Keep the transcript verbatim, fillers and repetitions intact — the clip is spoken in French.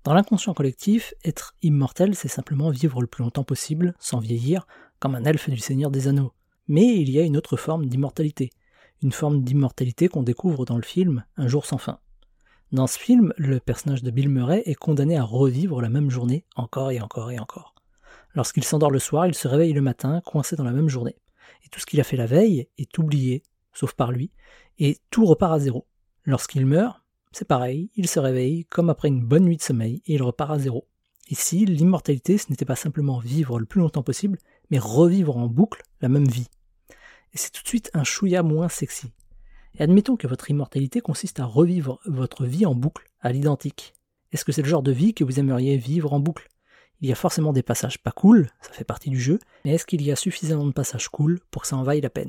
Dans l'inconscient collectif, être immortel, c'est simplement vivre le plus longtemps possible, sans vieillir, comme un elfe du Seigneur des Anneaux. Mais il y a une autre forme d'immortalité, une forme d'immortalité qu'on découvre dans le film Un jour sans fin. Dans ce film, le personnage de Bill Murray est condamné à revivre la même journée encore et encore et encore. Lorsqu'il s'endort le soir, il se réveille le matin, coincé dans la même journée. Et tout ce qu'il a fait la veille est oublié, sauf par lui, et tout repart à zéro. Lorsqu'il meurt, c'est pareil, il se réveille comme après une bonne nuit de sommeil et il repart à zéro. Ici, l'immortalité, ce n'était pas simplement vivre le plus longtemps possible, mais revivre en boucle la même vie. Et c'est tout de suite un chouïa moins sexy. Et admettons que votre immortalité consiste à revivre votre vie en boucle, à l'identique. Est-ce que c'est le genre de vie que vous aimeriez vivre en boucle ? Il y a forcément des passages pas cool, ça fait partie du jeu, mais est-ce qu'il y a suffisamment de passages cool pour que ça en vaille la peine ?